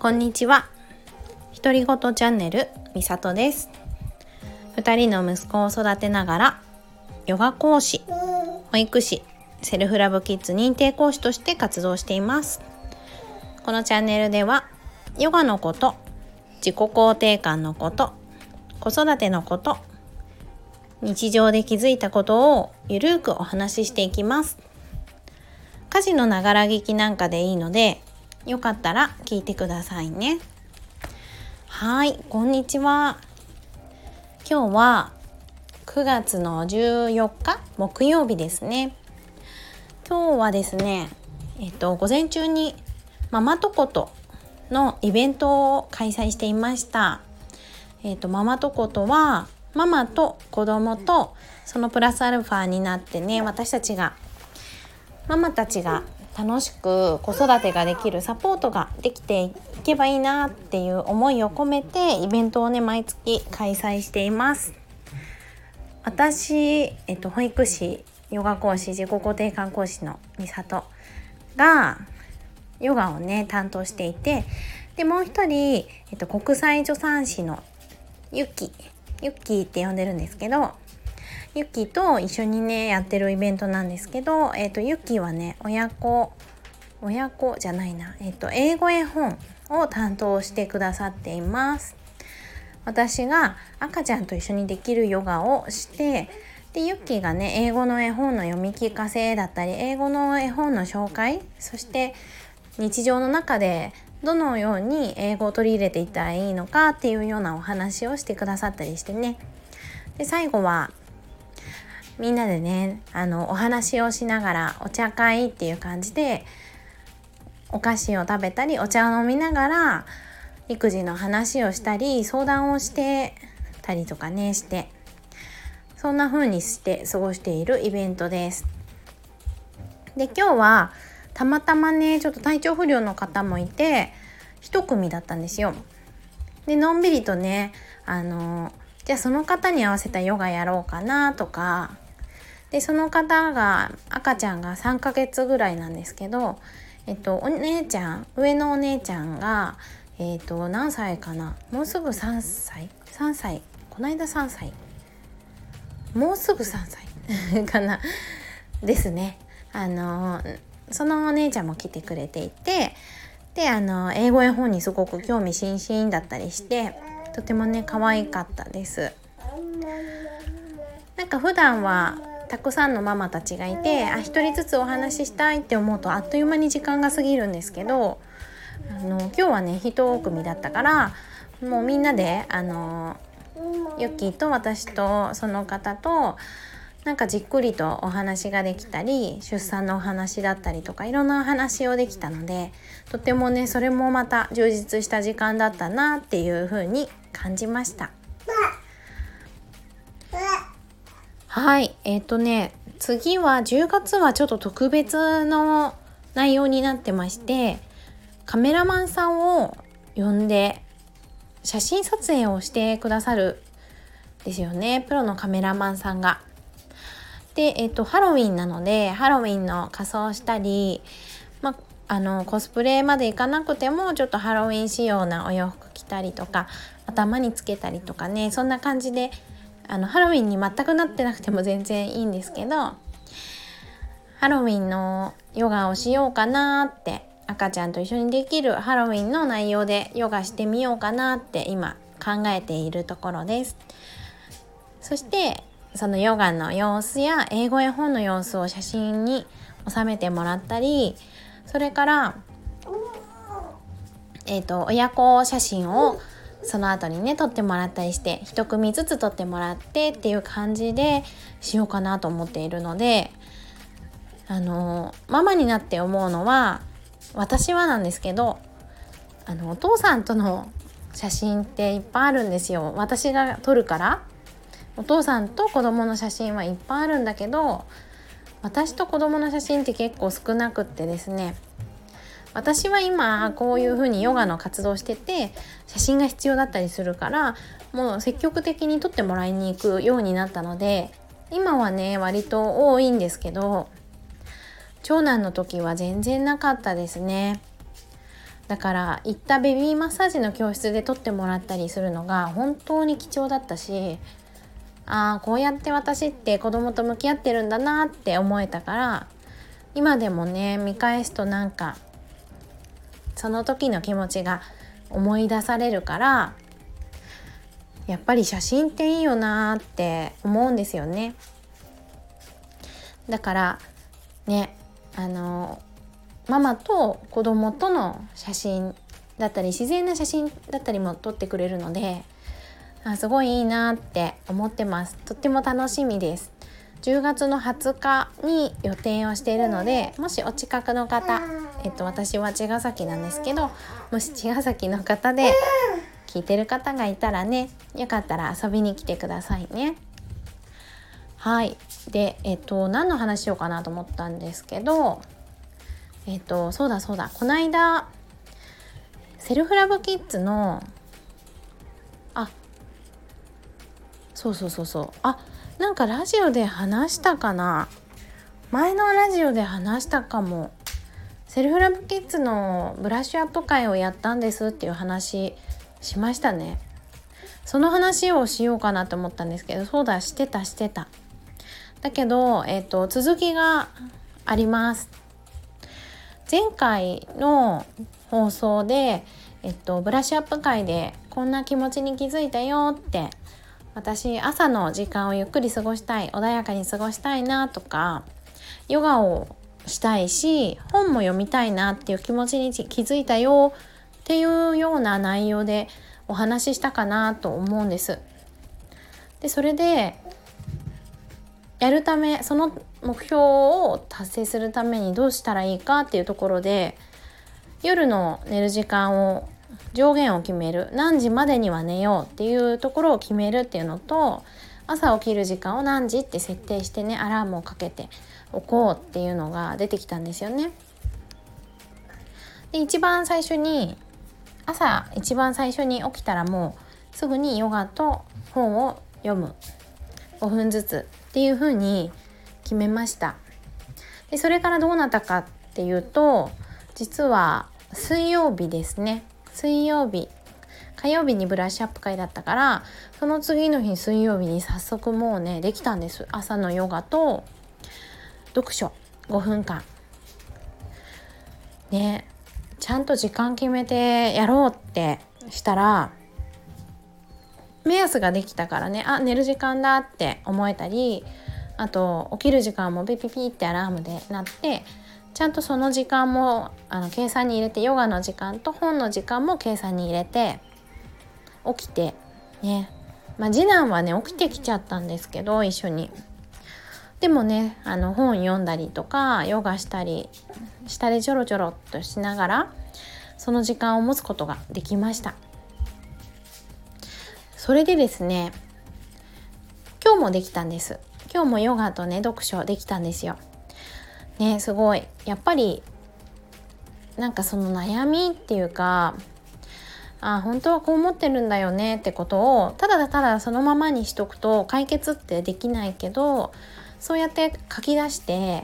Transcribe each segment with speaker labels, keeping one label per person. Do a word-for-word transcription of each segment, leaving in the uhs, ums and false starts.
Speaker 1: こんにちは。独り言チャンネルみさとです。二人の息子を育てながらヨガ講師、保育士、セルフラブキッズ認定講師として活動しています。このチャンネルではヨガのこと、自己肯定感のこと、子育てのこと、日常で気づいたことをゆるくお話ししていきます。家事のながら聞きなんかでいいので、よかったら聞いてくださいね。はい、こんにちは。今日はくがつのじゅうよっか木曜日ですね。今日はですね、えっと午前中にママとことのイベントを開催していました。えっとママとことはママと子供とそのプラスアルファになってね、私たちがママたちが楽しく子育てができるサポートができていけばいいなっていう思いを込めてイベントをね毎月開催しています。私、えっと、保育士、ヨガ講師、自己肯定感講師のみさとがヨガをね担当していて、でもう一人、えっと、国際助産師のゆきゆっきーって呼んでるんですけど、ゆっきーと一緒にねやってるイベントなんですけど、えっとゆっきーはね親子親子じゃないな、えっと英語絵本を担当してくださっています。私が赤ちゃんと一緒にできるヨガをして、でゆっきーがね英語の絵本の読み聞かせだったり、英語の絵本の紹介、そして日常の中でどのように英語を取り入れていったらいいのかっていうようなお話をしてくださったりしてね。で最後はみんなでねあのお話をしながらお茶会っていう感じでお菓子を食べたりお茶を飲みながら育児の話をしたり相談をしてたりとかねして、そんな風にして過ごしているイベントです。で今日はたまたまねちょっと体調不良の方もいて一組だったんですよ。でのんびりとねあのじゃあその方に合わせたヨガやろうかなとかで、その方が赤ちゃんがさんかげつぐらいなんですけど、えっとお姉ちゃん上のお姉ちゃんがえっと何歳かな、もうすぐさんさいさんさいこの間さんさいもうすぐさんさいかなですね。あのそのお姉ちゃんも来てくれていて、であの英語絵本にすごく興味津々だったりしてとてもね可愛かったです。なんか普段はたくさんのママたちがいて、あ一人ずつお話ししたいって思うとあっという間に時間が過ぎるんですけど、あの今日はね一組だったからもうみんなであのゆっきーと私とその方となんかじっくりとお話ができたり、出産のお話だったりとかいろんなお話をできたので、とてもねそれもまた充実した時間だったなっていう風に感じました。はい、えっとね次はじゅうがつはちょっと特別の内容になってまして、カメラマンさんを呼んで写真撮影をしてくださるですよね、プロのカメラマンさんが。で、えっとハロウィンなのでハロウィンの仮装したり、まあのコスプレまでいかなくてもちょっとハロウィン仕様なお洋服着たりとか頭につけたりとかね、そんな感じであのハロウィンに全くなってなくても全然いいんですけど、ハロウィンのヨガをしようかなって、赤ちゃんと一緒にできるハロウィンの内容でヨガしてみようかなって今考えているところです。そしてそのヨガの様子や英語絵本の様子を写真に収めてもらったり、それからえっと親子写真をその後にね撮ってもらったりして一組ずつ撮ってもらってっていう感じでしようかなと思っているので、あのママになって思うのは、私はなんですけどあのお父さんとの写真っていっぱいあるんですよ。私が撮るからお父さんと子供の写真はいっぱいあるんだけど、私と子供の写真って結構少なくってですね、私は今こういう風にヨガの活動してて写真が必要だったりするから、もう積極的に撮ってもらいに行くようになったので今はね割と多いんですけど、長男の時は全然なかったですね。 だから行ったベビーマッサージの教室で撮ってもらったりするのが本当に貴重だったし、ああこうやって私って子供と向き合ってるんだなって思えたから、今でもね見返すとなんかその時の気持ちが思い出されるから、やっぱり写真っていいよなって思うんですよね。だからね、あのママと子供との写真だったり自然な写真だったりも撮ってくれるので、あすごいいいなって思ってます。とっても楽しみです。じゅうがつのはつかに予定をしているので、もしお近くの方、えっと、私は茅ヶ崎なんですけど、もし茅ヶ崎の方で聞いてる方がいたらね、よかったら遊びに来てくださいね。はい。で、えっと、何の話しようかなと思ったんですけど、えっと、そうだそうだ、この間、セルフラブキッズの、あ、そうそうそうそう、あ、なんかラジオで話したかな、前のラジオで話したかも。セルフラブキッズのブラッシュアップ会をやったんですっていう話しましたね。その話をしようかなと思ったんですけど、そうだ、してたしてた。だけど、えっと、続きがあります。前回の放送で、えっと、ブラッシュアップ会でこんな気持ちに気づいたよって、私朝の時間をゆっくり過ごしたい、穏やかに過ごしたいなとか、ヨガをしたいし本も読みたいなっていう気持ちに気づいたよっていうような内容でお話ししたかなと思うんです。でそれでやるため、その目標を達成するためにどうしたらいいかっていうところで、夜の寝る時間を上限を決める、何時までには寝ようっていうところを決めるっていうのと、朝起きる時間を何時って設定してね、アラームをかけておこうっていうのが出てきたんですよね。で一番最初に朝一番最初に起きたらもうすぐにヨガと本を読む、ごふんずつっていう風に決めました。でそれからどうなったかっていうと、実は水曜日ですね、水曜日火曜日にブラッシュアップ会だったから、その次の日水曜日に早速もうねできたんです。朝のヨガと読書ごふんかんね、ちゃんと時間決めてやろうってしたら目安ができたからね、あ寝る時間だって思えたり、あと起きる時間もピピピってアラームで鳴って、ちゃんとその時間もあの計算に入れて、ヨガの時間と本の時間も計算に入れて起きてね、まあ次男はね起きてきちゃったんですけど一緒に、でもねあの本読んだりとかヨガしたり下でちょろちょろっとしながらその時間を持つことができました。それでですね、今日もできたんです。今日もヨガとね読書できたんですよね。すごいやっぱりなんかその悩みっていうか、あ本当はこう思ってるんだよねってことをただただそのままにしとくと解決ってできないけど、そうやって書き出して、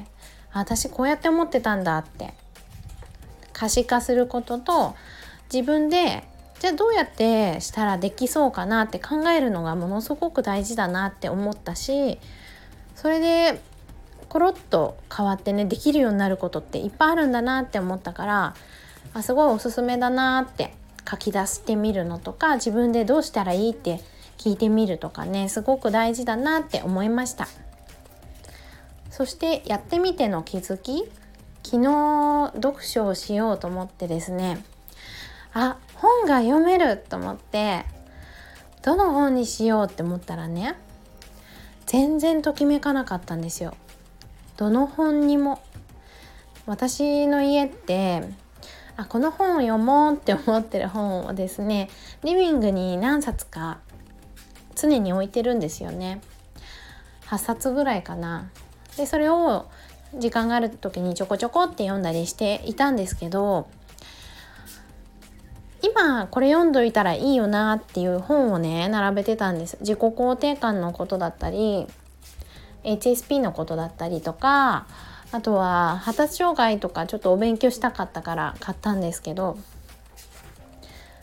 Speaker 1: あ私こうやって思ってたんだって可視化することと、自分でじゃあどうやってしたらできそうかなって考えるのがものすごく大事だなって思ったし、それでコロッと変わってねできるようになることっていっぱいあるんだなって思ったから、あすごいおすすめだなって書き出してみるのとか、自分でどうしたらいいって聞いてみるとかね、すごく大事だなって思いました。そしてやってみての気づき、昨日読書をしようと思ってですね、あ本が読めると思ってどの本にしようって思ったらね、全然ときめかなかったんですよ。どの本にも。私の家ってあこの本を読もうって思ってる本をですね、リビングに何冊か常に置いてるんですよね。はっさつぐらいかな。でそれを時間がある時にちょこちょこって読んだりしていたんですけど、今これ読んどいたらいいよなっていう本をね並べてたんです。自己肯定感のことだったり エイチエスピー のことだったりとか、あとは発達障害とかちょっとお勉強したかったから買ったんですけど、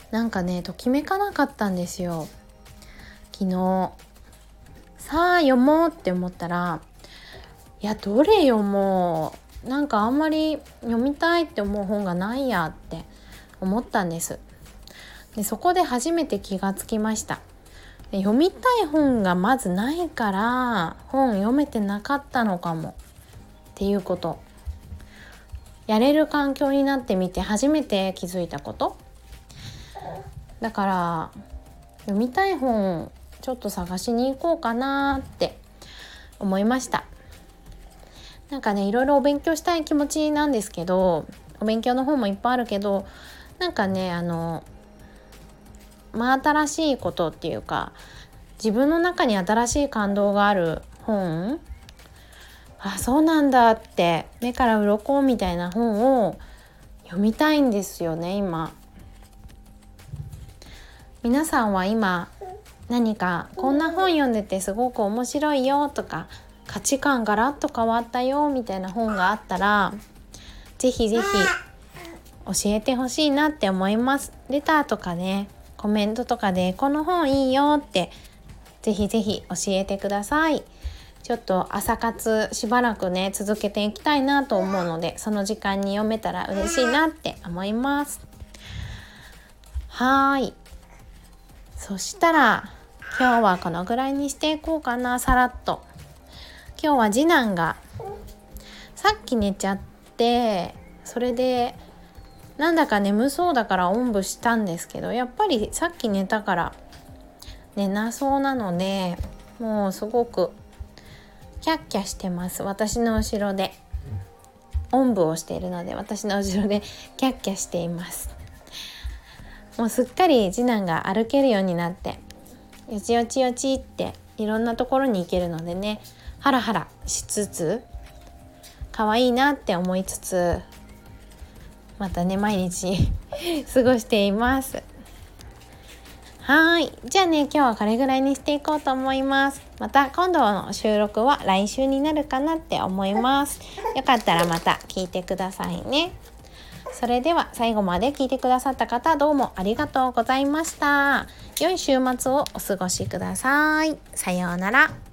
Speaker 1: なんかねときめかなかったんですよ。昨日さあ読もうって思ったら、いやどれ読もう、なんかあんまり読みたいって思う本がないやって思ったんです。でそこで初めて気がつきました。で読みたい本がまずないから本読めてなかったのかもっていうこと、やれる環境になってみて初めて気づいたこと。だから読みたい本ちょっと探しに行こうかなって思いました。なんかねいろいろお勉強したい気持ちなんですけど、お勉強の本もいっぱいあるけど、なんかねあの真新しいことっていうか、自分の中に新しい感動がある本、あそうなんだって目から鱗みたいな本を読みたいんですよね今。皆さんは今何かこんな本読んでてすごく面白いよとか、価値観ガラッと変わったよみたいな本があったら、ぜひぜひ教えてほしいなって思います。レターとかねコメントとかでこの本いいよってぜひぜひ教えてください。ちょっと朝活しばらくね続けていきたいなと思うので、その時間に読めたら嬉しいなって思います。はーい、そしたら今日はこのぐらいにしていこうかな。さらっと今日は次男がさっき寝ちゃって、それでなんだか眠そうだからおんぶしたんですけど、やっぱりさっき寝たから寝なそうなので、もうすごくキャッキャしてます。私の後ろでおんぶをしているので、私の後ろでキャッキャしています。もうすっかり次男が歩けるようになって、よちよちよちっていろんなところに行けるのでね、ハラハラしつつ可愛いなって思いつつ、またね毎日過ごしています。はい、じゃあね今日はこれぐらいにしていこうと思います。また今度の収録は来週になるかなって思います。よかったらまた聞いてくださいね。それでは最後まで聞いてくださった方、どうもありがとうございました。良い週末をお過ごしください。さようなら。